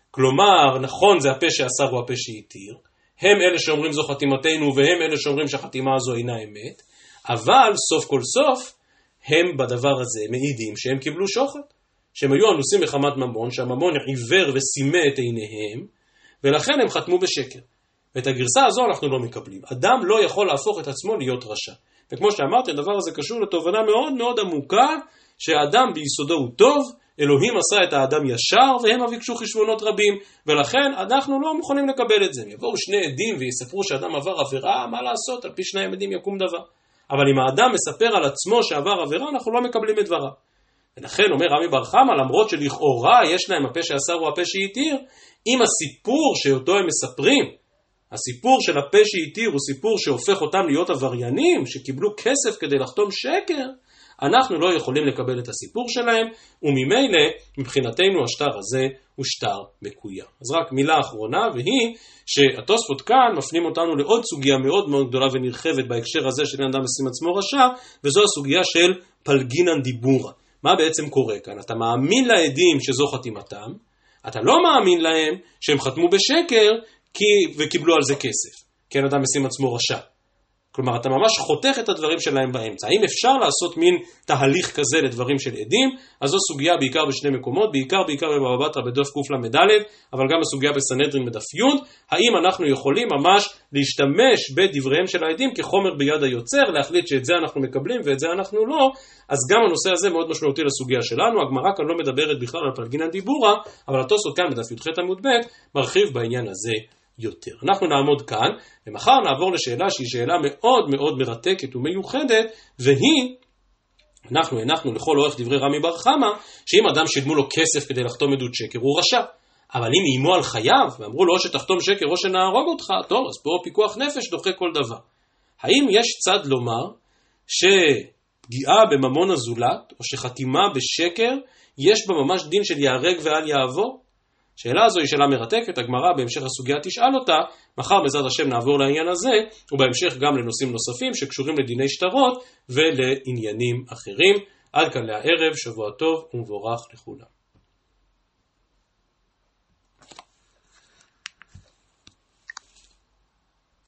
כלומר, נכון זה הפה שאסר הוא הפה שהתיר, הם אלה שאומרים זו חתימתנו והם אלה שאומרים שהחתימה הזו אינה אמת, אבל סוף כל סוף הם בדבר הזה מעידים שהם קיבלו שוחד. שהם היו אנוסים מחמת ממון, שהממון עיוור וסימא את עיניהם, ולכן הם חתמו בשקר. ואת הגרסה הזו אנחנו לא מקבלים. אדם לא יכול להפוך את עצמו להיות רשע. וכמו שאמרתי, הדבר הזה קשור לתובנה מאוד מאוד עמוקה, שהאדם ביסודו הוא טוב, אלוהים עשה את האדם ישר, והם ביקשו חשבונות רבים, ולכן אנחנו לא מוכנים לקבל את זה. יבואו שני עדים ויספרו שאדם עבר עבירה, מה לעשות? על פי שני עדים יקום דבר. אבל אם האדם מספר על עצמו שעבר עבירה, אנחנו לא מקבלים את דבריו. ולכן אומר רמי בר חמא, למרות שלכאורה יש להם הפה שאסר הוא הפה שהתיר, אם הסיפור שאותו הם מספרים, הסיפור של הפה שהתיר הוא סיפור שהופך אותם להיות עבריינים, שקיבלו כסף כדי לחתום שקר, אנחנו לא יכולים לקבל את הסיפור שלהם, וממילא מבחינתנו השטר הזה הוא שטר מקוים. אז רק מילה אחרונה, והיא שהתוספות כאן מפנים אותנו לעוד סוגיה מאוד מאוד גדולה ונרחבת בהקשר הזה של אדם משים עצמו רשע, וזו הסוגיה של פלגינן דיבורה. מה בעצם קורה כאן? אתה מאמין לעדים שזו חתימתם, אתה לא מאמין להם שהם חתמו בשקר וקיבלו על זה כסף, כי אדם משים עצמו רשע. כלומר, אתה ממש חותך את הדברים שלהם באמצע. האם אפשר לעשות מין תהליך כזה לדברים של עדים? אז זו סוגיה בעיקר בשני מקומות, בעיקר בבבא בתרא בדף קל"ד, אבל גם הסוגיה בסנהדרין בדף י', האם אנחנו יכולים ממש להשתמש בדבריהם של העדים כחומר ביד היוצר, להחליט שאת זה אנחנו מקבלים ואת זה אנחנו לא, אז גם הנושא הזה מאוד משמעותי לסוגיה שלנו. הגמרא כאן לא מדברת בכלל על פלגינן דיבורה, אבל התוספות כאן בדף י"ח עמוד ב' מרחיב בעניין הזה יותר. אנחנו נעמוד כאן, ומחר נעבור לשאלה שהיא שאלה מאוד מאוד מרתקת ומיוחדת, והיא, אנחנו הנחנו לכל אורך דברי רמי בר חמא, שאם אדם שילמו לו כסף כדי לחתום עדות שקר, הוא רשע. אבל אם איימו על חייו, ואמרו לו או שתחתום שקר או שנהרוג אותך, טוב, אז פה פיקוח נפש דוחה כל דבר. האם יש צד לומר שפגיעה בממון הזולת, או שחתימה בשקר, יש בה ממש דין של יהרג ואל יעבור? שאלה הזו היא שאלה מרתקת, הגמרא בהמשך הסוגיה תשאל אותה, מחר בעזרת השם נעבור לעניין הזה, ובהמשך גם לנושאים נוספים שקשורים לדיני שטרות ולעניינים אחרים. עד כאן לערב, שבוע טוב ומבורך לכולם.